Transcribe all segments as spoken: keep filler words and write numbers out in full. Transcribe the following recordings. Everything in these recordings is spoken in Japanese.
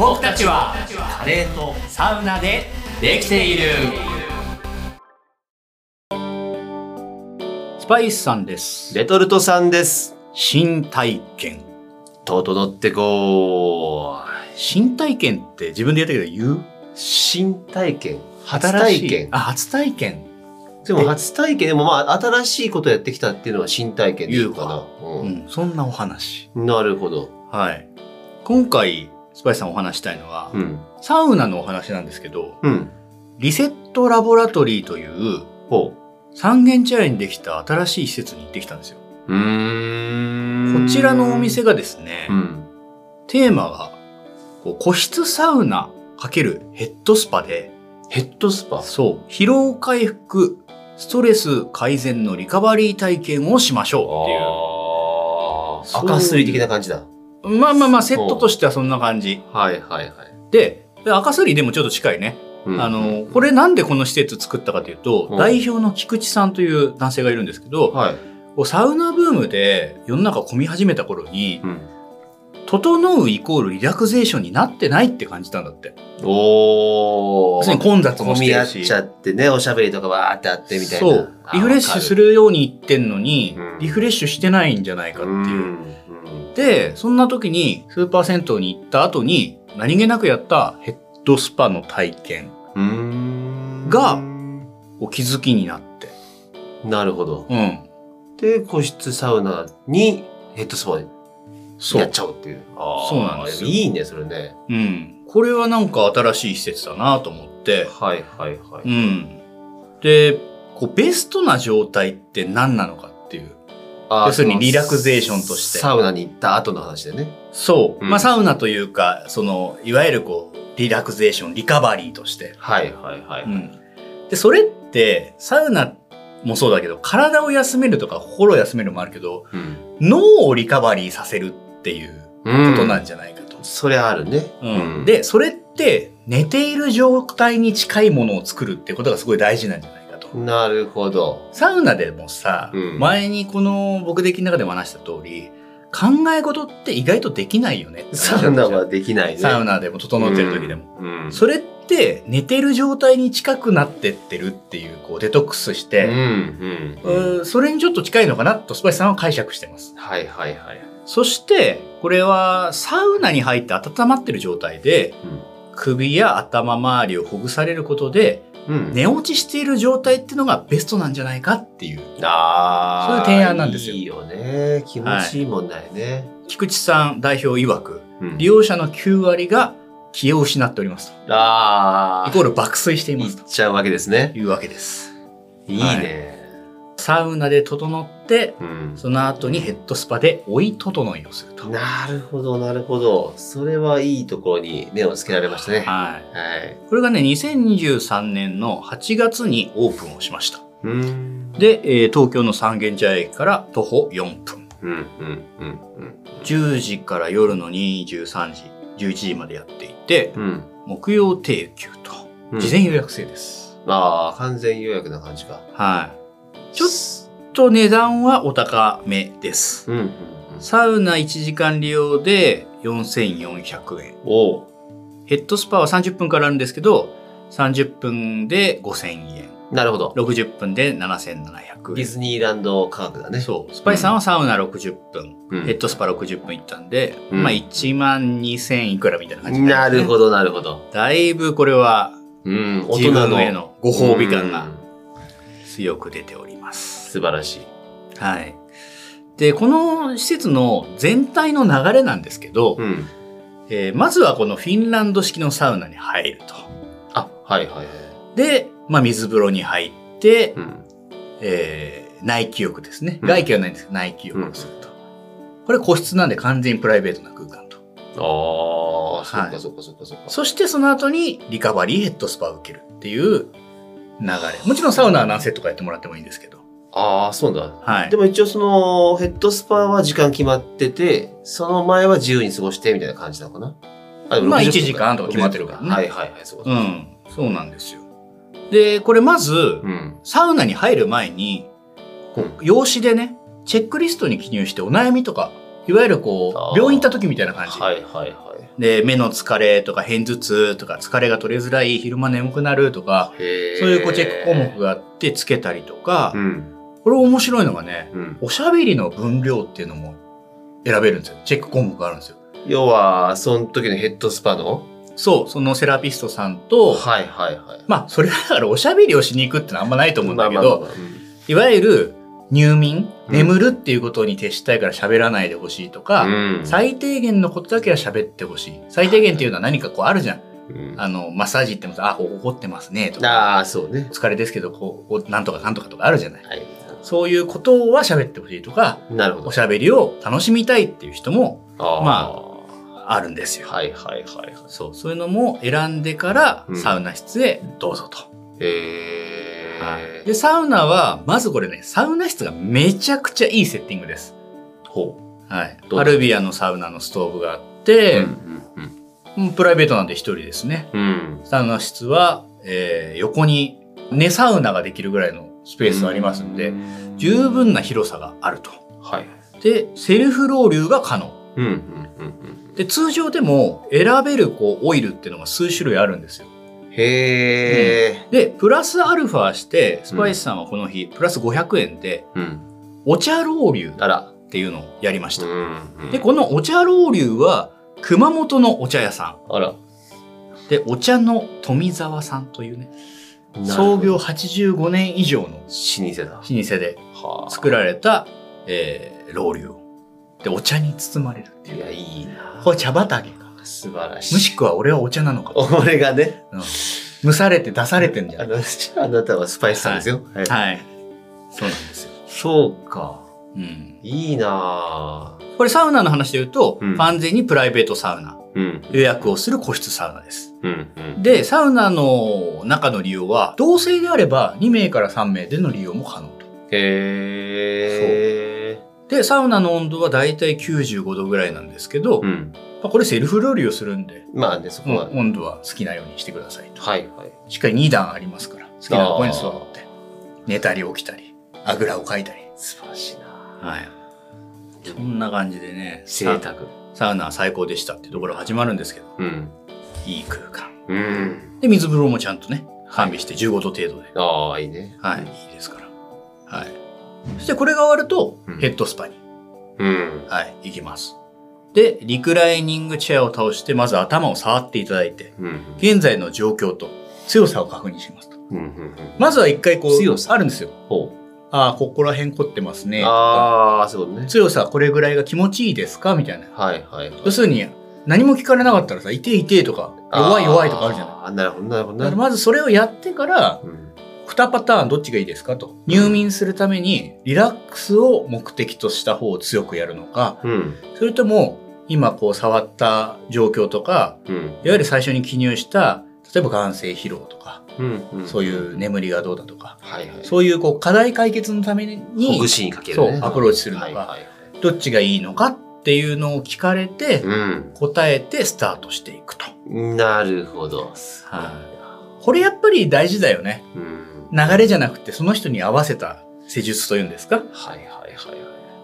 僕たちはカレーとサウナでできている。スパイスさんです。 レトルトさんです。 新体験整ってこう。 新体験って自分で言ったけど言う？ 新体験、初体験。 あ、初体験。 でも初体験でもまあ新しいことやってきたっていうのは新体験で言うかな。 うん、うん、そんなお話。 なるほど。 はい。今回スパイスさんお話したいのは、うん、サウナのお話なんですけど、うん、リセットラボラトリーという三軒茶屋にできた新しい施設に行ってきたんですよ。うーん、こちらのお店がですね、うん、テーマがこう個室サウナ×ヘッドスパで、 ヘッドスパ？ そう。疲労回復、ストレス改善のリカバリー体験をしましょうっていう。 赤すり的な感じだ。 まあまあまあ、セットとしてはそんな感じ。 はいはいはい。 で、赤すりでもちょっと近いね。うん、あの、これなんでこの施設作ったかというと、うん、代表の菊池さんという男性がいるんですけど、はい、こうサウナブームで世の中混み始めた頃に、うん、整うイコールリラクゼーションになってないって感じたんだって。おー。要するに混雑もしてるし。 混み合っちゃってね、おしゃべりとかわーってあってみたいな。 そう。リフレッシュするように言ってんのに、うん、リフレッシュしてないんじゃないかっていう。うんで、そんな時にスーパー銭湯に行った後に何気なくやったヘッドスパの体験がお気づきになって。 なるほど。うん。で、個室サウナにヘッドスパやっちゃうっていう。 あそうなんですよ。 いいね、それね。 うん。これはなんか新しい施設だなと思って。 はいはいはい。 うん。で、こうベストな状態って何なのかっていう。要するにリラクゼーションとして。 サウナに行った後の話でね。 そう。うん、まあサウナというか、その、いわゆるこう、リラクゼーション、リカバリーとして。 はいはいはい。うん、 で、それって、サウナもそうだけど、体を休めるとか心を休めるもあるけど、うん、脳をリカバリーさせるっていうことなんじゃないかと。 うん、それあるね。 うん。で、それって、寝ている状態に近いものを作るってことがすごい大事なんじゃないか。 なるほど。 サウナでもさ、うん、前にこの僕的の中でも話した通り、考え事って意外とできないよね。 サウナはできないね。 サウナでも整ってる時でも。うんうん、それって寝てる状態に近くなってってるっていう、こうデトックスして、うんうんうん、それにちょっと近いのかなとスパイスさんは解釈してます。 はいはいはい。 そして、これはサウナに入って温まってる状態で、うん、首や頭周りをほぐされることで、うん、寝落ちしている状態っていうのがベストなんじゃないかっていう。あそういう提案なんですよ。 いいよね。気持ちいいもんだよね。はい、 菊池さん代表曰く、うん、利用者のきゅうわりが気を失っておりますと。あイコール爆睡していますと。 いっちゃうわけですね。 いうわけです。 いいね。はいサウナで整って、うん、その後にヘッドスパで追い整いをすると。 なるほど、なるほど。それはいいところに目をつけられましたね。はい。はい、 これがね、にせんにじゅうさんねんのはちがつにオープンをしました。うんで、えー、東京の三軒茶屋駅から徒歩よんぷん。うんうんうんうん、じゅうじから夜のにじゅうさんじ、じゅういちじまでやっていて、うん、木曜定休と、事前予約制です。 うん、ああ、完全予約な感じか。 はい。ちょっと値段はお高めです。うんうんうん、サウナいちじかん利用でよんせんよんひゃくえん。おヘッドスパはさんじゅっぷんからあるんですけど、さんじゅっぷんでごせんえん。 なるほど。 ろくじゅっぷんでななせんななひゃくえん。 ディズニーランド価格だね。 そう。スパイさんはサウナろくじゅっぷん、うん、ヘッドスパろくじゅっぷん行ったんで、うん、まあいちまんにせんいくらみたいな感じになりますね。 なるほど、なるほど。 だいぶこれは、うん、自分へのご褒美感が強く出ております。 素晴らしい。 はい。で、この施設の全体の流れなんですけど、うん、えー、まずはこのフィンランド式のサウナに入ると。 あ、はいはいはい。 で、まあ水風呂に入って、うん、えー、内気浴ですね。外気はないんですけど、内気浴をすると。うん、これ個室なんで完全にプライベートな空間と。 ああ、そっかそっかそっかそっか。 そしてその後にリカバリーヘッドスパを受けるっていう流れ。もちろんサウナは何セットかやってもらってもいいんですけど。 ああ、そうだ。はい。でも一応そのヘッドスパは時間決まってて、その前は自由に過ごしてみたいな感じなのかな。 あ、でもまあいちじかんとか決まってるからね。 はいはいはい、そううん。そうなんですよ。で、これまず、うん、サウナに入る前に、こう用紙でね、チェックリストに記入してお悩みとかいわゆるこう、病院行った時みたいな感じ。 はいはいはい。 で、目の疲れとか、片頭痛とか、疲れが取れづらい、昼間眠くなるとか、そういうこうチェック項目があってつけたりとか、うん、これ面白いのがね、うん、おしゃべりの分量っていうのも選べるんですよ。チェック項目があるんですよ。 要は、その時のヘッドスパのそう、そのセラピストさんと、 はいはいはい。 まあ、それだからおしゃべりをしに行くってのはあんまないと思うんだけど、いわゆる入眠、眠るっていうことに徹したいから喋らないでほしいとか、うん、最低限のことだけは喋ってほしい。最低限っていうのは何かこうあるじゃん。うん、あの、マッサージ行ってもさ、あ、ここ怒ってますねとか。 ああ、そうね。 疲れですけど、こう、なんとかかんとかとかあるじゃない。はい、そういうことは喋ってほしいとか、 なるほど。 おしゃべりを楽しみたいっていう人も、あまあ、あるんですよ。 はいはいはい。 そう、そういうのも選んでから、サウナ室へどうぞと。 うん、へー。 はい、で、サウナは、まずこれね、サウナ室がめちゃくちゃいいセッティングです。 ほう。はい。アルビアのサウナのストーブがあって、うんうんうん、プライベートなんで一人ですね。うん、サウナ室は、えー、横に寝サウナができるぐらいのスペースがありますんで、うん、十分な広さがあると。 はい。 で、セルフロウリュが可能。 うんうんうんうん、 で、通常でも選べるこうオイルっていうのが数種類あるんですよ。 へー、 うん、で、プラスアルファして、スパイスさんはこの日、うん、プラスごひゃくえんで、うん、お茶ロウリュっていうのをやりました。うんうん、で、このお茶ロウリュは、熊本のお茶屋さん。 あら。 で、お茶の富澤さんというね、創業はちじゅうごねん以上の老舗だ。 老舗で作られた、えー、ロウリュを。で、お茶に包まれるっていう。 いや、いいな。 これ茶畑か。 素晴らしい。 もしくは俺はお茶なのか。 俺がね。 うん。蒸されて出されてんじゃん。 あの、あなたはスパイスさんですよ。 はい。はいはい、そうなんですよ。 そうか。 うん。 いいなぁ。 これサウナの話で言うと、うん、完全にプライベートサウナ。うん、予約をする個室サウナです。うんうん、で、サウナの中の利用は、同性であればにめいからさんめいでの利用も可能と。 へー。 で、サウナの温度はだいたいきゅうじゅうごどぐらいなんですけど、うん、まあ、これセルフロウリュをするんで、 まあね、そこは、 うん、温度は好きなようにしてくださいと。 はいはい。 しっかりにだんありますから、好きなところに座って寝たり起きたり、あぐらをかいたり。 素晴らしいな。 はい。そんな感じでね、 贅沢。 サウナは最高でしたっていうところが始まるんですけど、うん、いい空間。 うん、 で、水風呂もちゃんとね、完備してじゅうごど程度で。 ああ、いいね。 はい、いいですから。はい。そしてこれが終わると、うん、ヘッドスパに。 うん。 はい、行きます。で、リクライニングチェアを倒して、まず頭を触っていただいて、うん、現在の状況と強さを確認しますと。 うんうんうん、 まずは一回こう、 強さあるんですよ。 ほう。 ああ、ここら辺凝ってますね。 ああ、そうね。 強さこれぐらいが気持ちいいですかみたいな。 はいはい、はい。 要するに、何も聞かれなかったらさ、いていてとか、弱い弱いとかあるじゃない。 ああ、なるほどなるほど。 だからまずそれをやってから、うん、にパターンどっちがいいですかと。入眠するためにリラックスを目的とした方を強くやるのか、うん、それとも今こう触った状況とか、うん、いわゆる最初に記入した例えば眼性疲労とか、うんうん、そういう眠りがどうだとか、はいはい、そういうこう課題解決のためにほぐしにかける、ね、 そうアプローチするのか、はいはい、どっちがいいのかっていうのを聞かれて、うん、答えてスタートしていくと。 なるほど。 はい、これやっぱり大事だよね。うん流れじゃなくてその人に合わせた施術というんですか。 はいはいはいはい。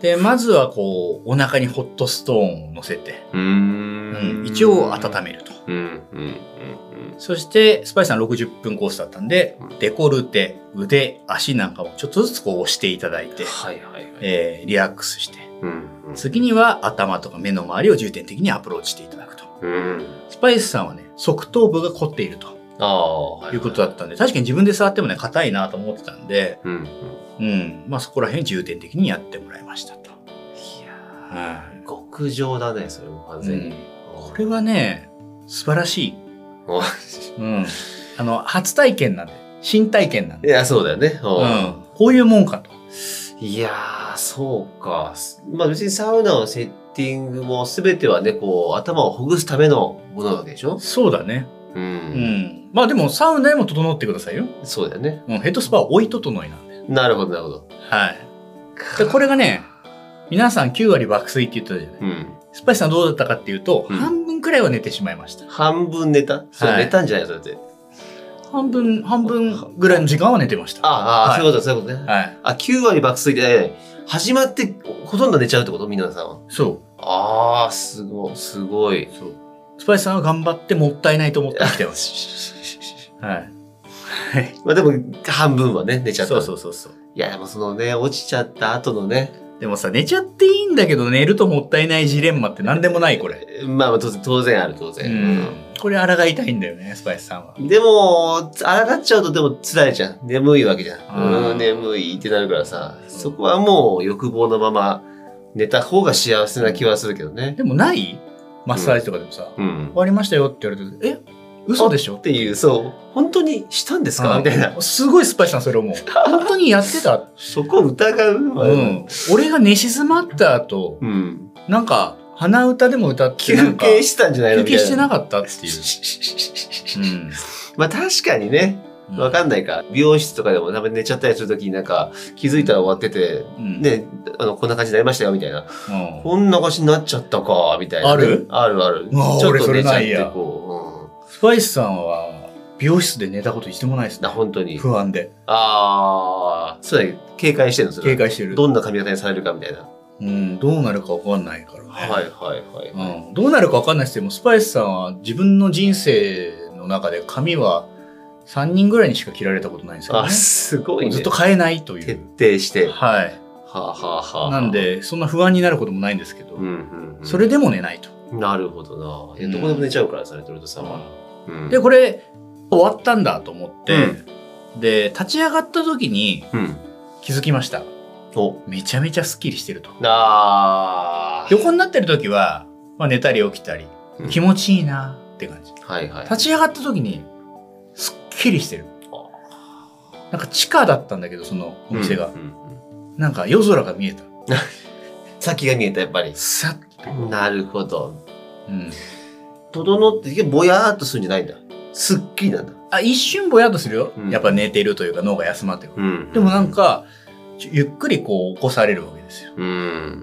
で、まずはこう、お腹にホットストーンを乗せて、うーん、うん、一応温めると。うんうんうんうん、そして、スパイスさんろくじゅっぷんコースだったんで、うん、デコルテ、腕、足なんかをちょっとずつこう押していただいて、はいはいはいえー、リラックスして、うんうん、次には頭とか目の周りを重点的にアプローチしていただくと。うん、スパイスさんはね、側頭部が凝っていると。 ああ、 いうことだったんで、確かに自分で触ってもね、硬いなと思ってたんで、うん、うん。まあそこら辺重点的にやってもらいましたと。いやー、はい、極上だね、それも完全に。うん、 これはね、素晴らしい。うん。あの、初体験なんで、新体験なんで。 いや、そうだよね。 うん。こういうもんかと。 いやー、そうか。まあ別にサウナのセッティングも全てはね、こう、頭をほぐすためのものなわけでしょ？ そうだね。うん。うんまあでもサウナでも整ってくださいよ。 そうだよね。 うん、ヘッドスパは追い整いなんで。 なるほど、なるほど。 はい。で、これがね、皆さんきゅうわり爆睡って言ってたじゃない。うん。スパイスさんどうだったかっていうと、うん、半分くらいは寝てしまいました。 半分寝た？そう、はい、寝たんじゃないそれって。 半分、半分ぐらいの時間は寝てました。 ああ、はい、そういうこと、そういうことね。 はい。 あ、きゅうわり爆睡で、始まってほとんど寝ちゃうってこと皆さんは。 そう。 ああ、すごい、すごい。 そう。スパイスさんは頑張ってもったいないと思ってきてます。はい。 まあでも、半分はね、寝ちゃった。 そうそうそうそう。 いや、でもそのね、落ちちゃった後のね。 でもさ、寝ちゃっていいんだけど寝るともったいないジレンマって何でもない、これ。 まあ当然、当然ある、当然。 うん。これ抗いたいんだよね、スパイスさんは。 でも、抗っちゃうとでも辛いじゃん。眠いわけじゃん。うん、眠いってなるからさ。そこはもう欲望のまま寝た方が幸せな気はするけどね。 でもないマッサージとかでもさ、うん、終わりましたよって言われて、え嘘でしょっていう、そう。本当にしたんですかみたいな。 すごいスパイスさんそれ思う。本当にやってたそこ疑うわ、 うん。俺が寝静まった後、うん、なんか、鼻歌でも歌って、 休憩してたんじゃないの休憩してなかったっていう。うん、 まあ確かにね。わかんないか。美容室とかでも多分寝ちゃったりするときになんか気づいたら終わってて、うん、ね、あの、こんな感じになりましたよ、みたいな。うん、こんな感じになっちゃったか、みたいな、ね。 あるあるある。 ちょっと寝ちゃってこう。うん、スパイスさんは美容室で寝たこと一度もないですね。 本当に。 不安で。 ああ、そうだね。警戒してるんですよ。 警戒してる。 どんな髪型にされるかみたいな。 うん、どうなるかわかんないからね。 はいはいはい、 はいうん。どうなるかわかんないですけど、スパイスさんは自分の人生の中で髪はさんにんぐらいにしか切られたことないんですけどね。 あ、すごいね。 ずっと変えないという。 徹底して。 はい。 はあ、はあはあ、 なんで、そんな不安になることもないんですけど、うんうんうん、それでも寝ないと。 なるほどな。いやどこでも寝ちゃうからさ、レトルトさんは。 うん、で、これ、終わったんだと思って、うん、で、立ち上がった時に気づきました。おめちゃめちゃスッキリしてると。あ横になってる時は、まあ、寝たり起きたり、うん、気持ちいいなって感じ。はいはい、立ち上がった時に、すっきりしてる。なんか地下だったんだけど、そのお店が。うんうんうん、なんか夜空が見えた。 先が見えた、やっぱり。 さっと。 なるほど。うん。整ってぼやーっとするんじゃないんだ。すっきりなんだ。 あ、一瞬ぼやっとするよ。うん、やっぱ寝てるというか脳が休まってる。うん、でもなんか、ゆっくりこう起こされるわけですよ。うん、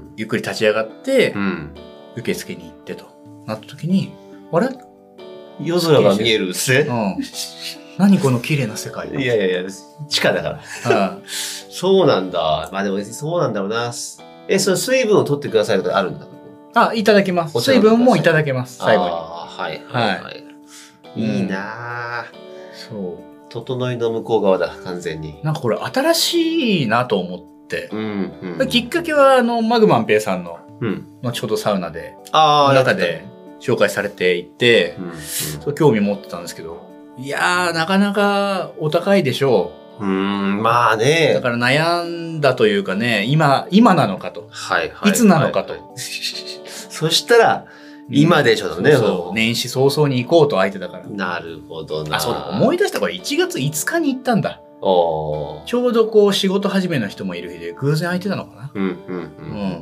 ゆっくり立ち上がって、うん、受付に行ってと。なった時に、あれ夜空が見えるっすね。うん。 何この綺麗な世界。 いやいやいや、地下だから。うん、そうなんだ。まあでもそうなんだろうな。え、その水分を取ってくださいとかあるんだ。 あ、いただきます。水分もいただけます。最後に。ああ、はいはいはい。いいなぁ。 そう。 整いの向こう側だ、完全に。 なんかこれ新しいなと思って。うんうん、きっかけは、あの、マグマンペイさんの、うん、後ほどサウナで、あ中で紹介されていて、うんうん、そう興味持ってたんですけど、いやー、なかなかお高いでしょう。うーん、まあね。 だから悩んだというかね、今、今なのかと。はいはい。いつなのかと。はいはい、 そしたら、今でしょうね、うん、そうそう。年始早々に行こうと相手だから。 なるほどな。 あ、そうだ。思い出した。これいちがついつかに行ったんだ。おちょうどこう仕事始めの人もいる日で偶然空いてたのかな。うんうんうん。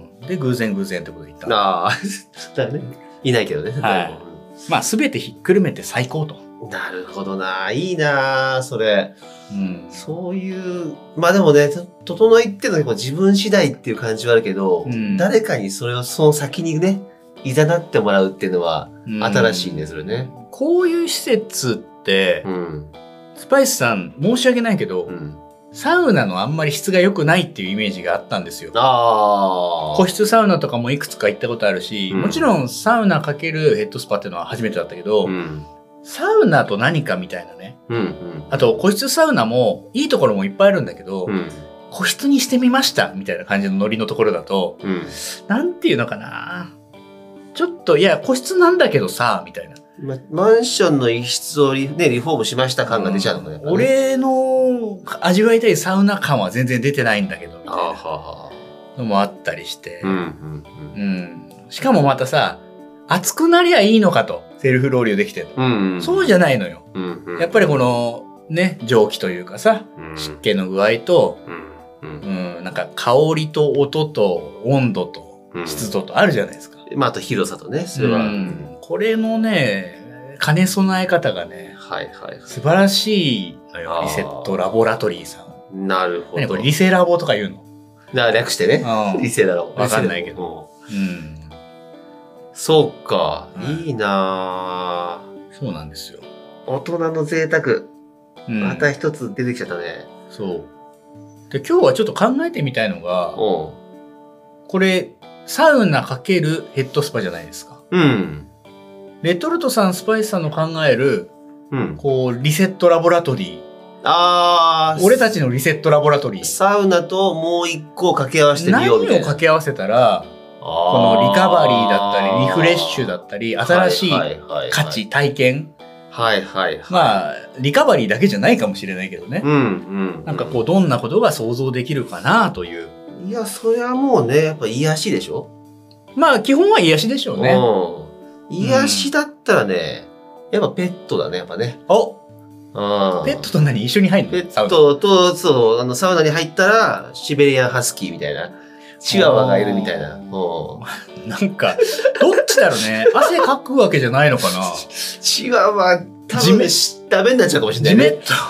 うん、で、偶然偶然ってことで行った。 ああ、だね。いないけどね。はい。 まあ、すべてひっくるめて最高と。 なるほどな。いいなそれ。うん。そういう、まあでもね、整いっていうのは自分次第っていう感じはあるけど、うん、誰かにそれをその先にね、いざなってもらうっていうのは新しいね、それね。 こういう施設って、うん、スパイスさん申し訳ないけど、うん、サウナのあんまり質が良くないっていうイメージがあったんですよ。あ個室サウナとかもいくつか行ったことあるし、うん、もちろんサウナかけるヘッドスパっていうのは初めてだったけど、うん、サウナと何かみたいなね、うんうん、あと個室サウナもいいところもいっぱいあるんだけど、うん、個室にしてみましたみたいな感じのノリのところだと、うん、なんていうのかな、ちょっといや個室なんだけどさみたいな、 ま、マンションの一室をリ、ね、リフォームしました感が出ちゃうのね、 うん、俺の味わいたいサウナ感は全然出てないんだけどみたいなのもあったりして、うんうんうんうん、しかもまたさ熱くなりゃいいのかとセルフロウリュできてる、うんうん、そうじゃないのよ、うんうん、やっぱりこのね蒸気というかさ、うん、湿気の具合と、うんうんうん、なんか香りと音と温度と湿度とあるじゃないですか、 まあ、あと広さとね、それは、うん。 これのね、兼ね備え方がね、はいはいはい、素晴らしいのよ、リセットラボラトリーさん。 なるほど。 何これ、リセラボとか言うの？ な略してね。うん、リセラボ。 わかんないけど。うん。 そうか、うん、いいなぁ。そうなんですよ。 大人の贅沢。うん、また一つ出てきちゃったね。 そう。で、今日はちょっと考えてみたいのが、これ、 サウナかけるヘッドスパじゃないですか。 うん。 レトルトさん、スパイスさんの考える、うん、こう、リセットラボラトリー。 ああ。俺たちのリセットラボラトリー。 サウナともう一個掛け合わせてみようみたいな。 何を掛け合わせたら、このリカバリーだったり、リフレッシュだったり、新しい価値、体験。 はいはい、はい。 まあ、リカバリーだけじゃないかもしれないけどね。 うんうん、うん。 なんかこう、どんなことが想像できるかなという。 いや、それはもうね、やっぱ癒しでしょ？ まあ、基本は癒しでしょうね。 うん。癒しだったらね、やっぱペットだね、やっぱね。 おうん。 ペットと何一緒に入るの？ ペットと、そう、あの、サウナに入ったら、シベリアンハスキーみたいな。チワワがいるみたいな。 なんか、どっちだろうね。汗かくわけじゃないのかな。 チワワ、多分、ダメになっちゃうかもしれないね。 ジメッと。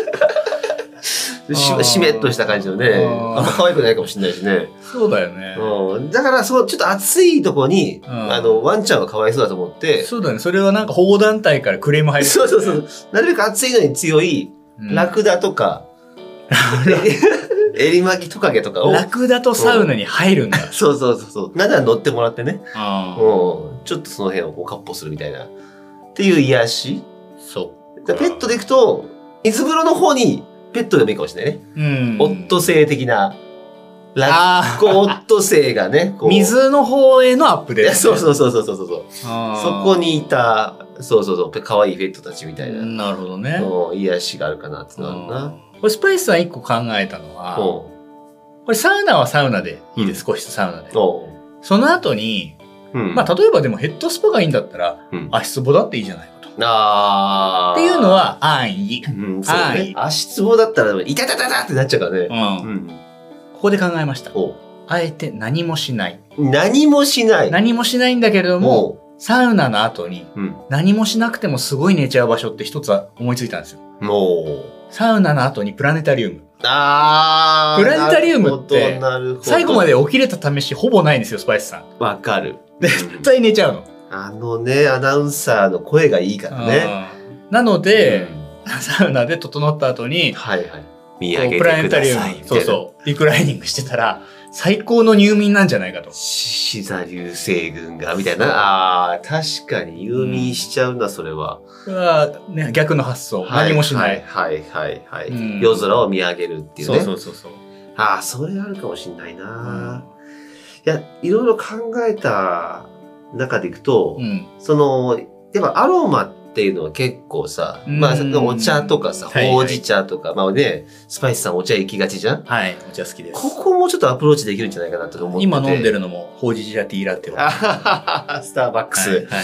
し, しめっとした感じのね、あんま可愛くないかもしれないしね。 そうだよね。 うん、だから、そう、ちょっと暑いとこに、うん、あの、ワンちゃんは可哀想だと思って。 そうだね。それはなんか保護団体からクレーム入る、ね。 そうそうそう。なるべく暑いのに強い、ラクダとか、うん、エリマキトカゲとかを。 ラクダとサウナに入るんだ。 うん、そうそうそうそう。なんなら乗ってもらってね。うん。ちょっとその辺をこう、かっ歩するみたいな。っていう癒し。 そう。 ペットで行くと、水風呂の方に、ペットでもいいかもしれないね。うん。オットセイ的な。ラッコオットセイがね。 水の方へのアップデート、ね。 そうそうそうそうそうそう。そこにいた、そうそうそう、可愛いペットたちみたいな。 なるほどね。 癒しがあるかなってなるな。 これスパイスさん一個考えたのは、これサウナはサウナでいいです。個室サウナで。その後に、まあ例えばでもヘッドスパがいいんだったら、足つぼだっていいじゃないか。 あっていうのは安易。 うん、そうね。足つぼだったら、いたたたたってなっちゃうからね。うん。 うん、ここで考えました。あえて何もしない。 何もしない。 何もしないんだけれども、サウナの後に、何もしなくてもすごい寝ちゃう場所って一つは思いついたんですよ。サウナの後にプラネタリウム。 あプラネタリウムって、最後まで起きれた試しほぼないんですよ、スパイスさん。 わかる。 絶対寝ちゃうの。 あのね、アナウンサーの声がいいからね。 なので、うん、サウナで整った後に、 はいはい。見上げてください。プラネタリウム、 そうそう、リクライニングしてたら、最高の入眠なんじゃないかと。 獅子座流星群が、みたいな。ああ、確かに入眠しちゃうんだ、それは。 それは、ね、逆の発想。何もしない。 はいはいはい。うん、夜空を見上げるっていうね。 そうそうそうそう。 ああ、それあるかもしんないな、うん、いや、いろいろ考えた中でいくと、うん、その、やっぱアロマっていうのは結構さ、まあ、お茶とかさ、ほうじ茶とか、はいはい、まあね、スパイスさんお茶行きがちじゃん？ はい、お茶好きです。 ここもちょっとアプローチできるんじゃないかなと思ってて。 今飲んでるのもほうじ茶ティーラテは。 スターバックス。はいはい、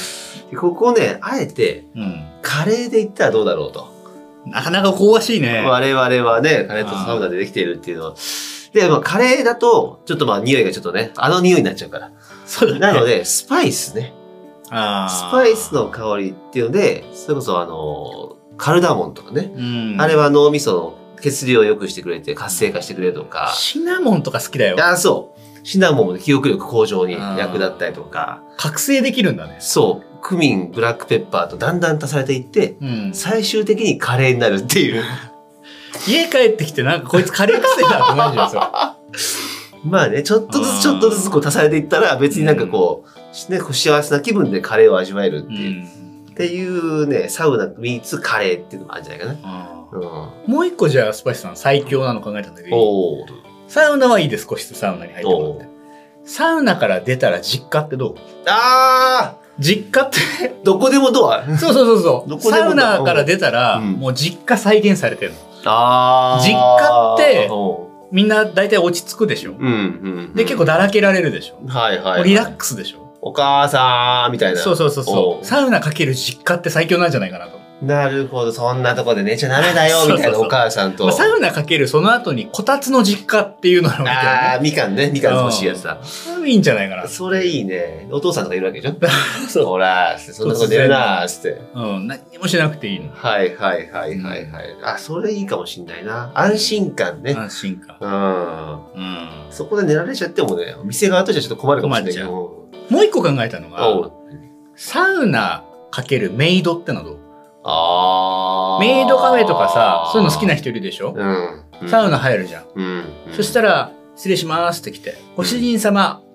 ここね、あえて、うん、カレーで行ったらどうだろうと。 なかなか香ばしいね。 我々はね、カレーとサウナでできているっていうのは。で、まあ、カレーだと、ちょっとまあ、匂いがちょっとね、あの匂いになっちゃうから。 そうだね。 なので、スパイスね。 あスパイスの香りっていうので、それこそあの、カルダモンとかね。うん、あれは脳みその血流を良くしてくれて活性化してくれるとか。 シナモンとか好きだよ。 ああ、そう。シナモンも記憶力向上に役立ったりとか。 覚醒できるんだね。 そう。クミン、ブラックペッパーとだんだん足されていって、うん、最終的にカレーになるっていう。 家帰ってきてなんかこいつカレー癖だってなるじゃないですか。 まあね、ちょっとずつちょっとずつこう足されていったら別になんかこう、うん、ね、幸せな気分でカレーを味わえるっていう。うん、っていうね、サウナミーツカレーっていうのもあるんじゃないかな。 うん、もう一個じゃあスパイスさん最強なの考えたんだけど、サウナはいいです、個室サウナに入ってもらって。サウナから出たら実家ってどう？ ああ実家ってどこでもドアそうそうそうそう。サウナから出たら、もう実家再現されてるの。あ実家って、みんな大体落ち着くでしょ、うんうんうん、で、結構だらけられるでしょ、はいはい、はい、リラックスでしょ、 お母さんみたいな。 そうそうそうそう。サウナかける実家って最強なんじゃないかなと。 なるほど。そんなとこで寝ちゃダメだよ、みたいなお母さんと。 まあ、サウナかけるその後にこたつの実家っていうのを見て、ね。 ああ、みかんね。みかん欲しいやつだ。 それいいんじゃないかな。 それいいね。お父さんとかいるわけじゃん。そう。ほら、そんなとこ寝るなーって。 うん。何にもしなくていいの。 はいはいはいはいはい。うん、あ、それいいかもしんないな。安心感ね。 安心感。 うん。うん。そこで寝られちゃってもね、店側としてはちょっと困るかもしれないけど。 もう一個考えたのが、サウナかけるメイドってのはどう？あメイドカフェとかさ、そういうの好きな人いるでしょ、うん、サウナ入るじゃん。うんうん、そしたら、失礼しますって来て、ご主人様、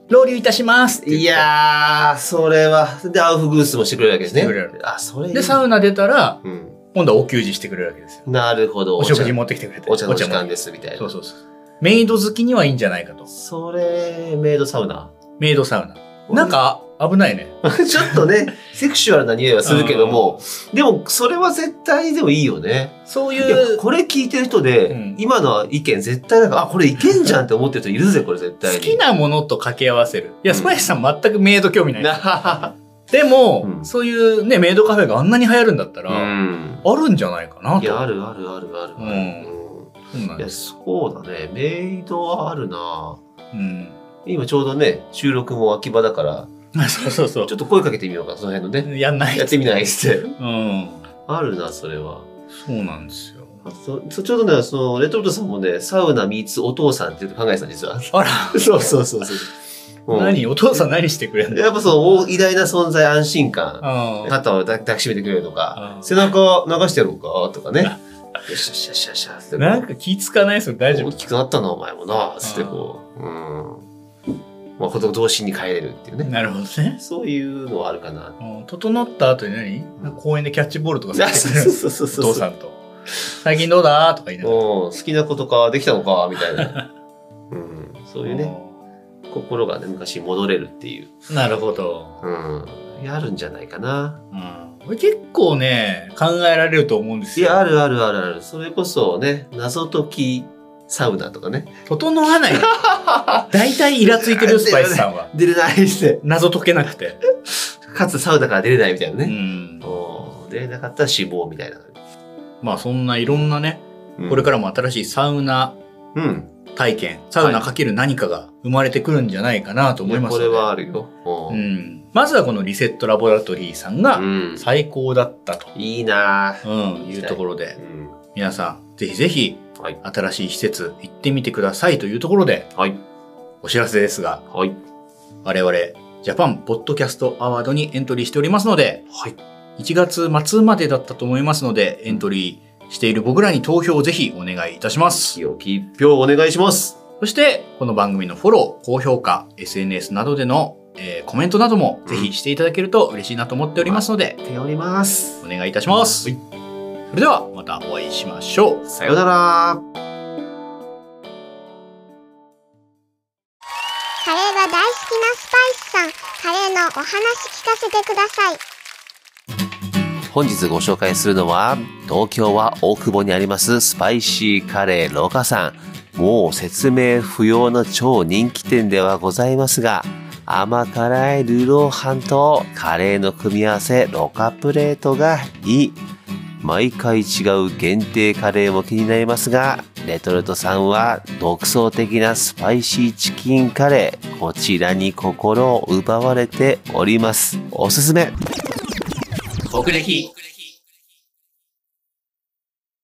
ロウリュいたしますって言って。 いやー、それは。で、アウフグースもしてくれるわけですね。してくれる。 あ、それいい。で、サウナ出たら、うん、今度はお給仕してくれるわけですよ。 なるほど。 お食事持ってきてくれて。 お茶の時間です、みたいな。 そうそうそう。メイド好きにはいいんじゃないかと。 それ、メイドサウナ。 メイドサウナ。なんか、危ないね。 ちょっとね、セクシュアルな匂いはするけども、でも、それは絶対でもいいよね。 そういう。 これ聞いてる人で、うん、今の意見絶対なんか、あ、これいけんじゃんって思ってる人いるぜ、これ絶対に。 好きなものと掛け合わせる。いや、スパイスさん全くメイド興味ない。でも、うん、そういうね、メイドカフェがあんなに流行るんだったら、うん、あるんじゃないかなと。 いや、あるあるあるある。うん。いや、そうだね。メイドはあるな。うん。今ちょうどね、収録も秋葉だから、 そうそうそう。 ちょっと声かけてみようか、その辺のね。 やんない。 やってみないって。うん。あるな、それは。 そうなんですよ。 そちょうどね、その、レトルトさんもね、サウナミーツお父さんっていう考えてた、実は。 あら。 そうそうそうそう。 うん、何お父さん何してくれんの？ やっぱその、偉大な存在、安心感。肩を抱きしめてくれるとか、背中流してやろうかとかね。よしよしよしよしよし。 なんか気付かないですよ、大丈夫。 大きくなったな、お前もな、つってこう。うん。まあ、子供同心に帰れるっていうね。 なるほどね。 そういうのはあるかな。 整った後に何、うん、公園でキャッチボールとかさせてくれる。そうそうそうそう。 お父さんと。最近どうだとか言いながら。 好きなことか、できたのかみたいな。うん。そういうね。心がね、昔に戻れるっていう。 なるほど。 うん。あるんじゃないかな。 うん。これ結構ね、考えられると思うんですよ。 いや、あるあるあるある。それこそね、謎解きサウナとかね。 整わない。大体イラついてるスパイスさんは。 出れないして。 謎解けなくて。 かつサウナから出れないみたいなね。うん。出れなかったら死亡みたいな。 まあそんないろんなね、うん、これからも新しいサウナ体験、うん、サウナかける何かが生まれてくるんじゃないかなと思いますので、 これはあるよ。 うん。まずはこのリセットラボラトリーさんが最高だったと。 うん、いいなぁ。うん。いうところで、うん、皆さんぜひぜひ新しい施設行ってみてくださいというところで、はい、お知らせですが、はい、我々ジャパンポッドキャストアワードにエントリーしておりますので、はい、いちがつ末までだったと思いますので、エントリーしている僕らに投票をぜひお願いいたします。 清き一票お願いします。 そして、この番組のフォロー、高評価、エスエヌエス などでの、えー、コメントなどもぜひしていただけると嬉しいなと思っておりますので、 待っております。 お願いいたします。はい、それではまたお会いしましょう。 さようなら。 カレーが大好きなスパイスさん、カレーのお話聞かせてください。 本日ご紹介するのは、東京は大久保にありますスパイシーカレーロカさん。もう説明不要の超人気店ではございますが、甘辛いルーローハンとカレーの組み合わせロカプレートがいい。毎回違う限定カレーも気になりますが、レトルトさんは独創的なスパイシーチキンカレー、こちらに心を奪われております。おすすめ。 北暦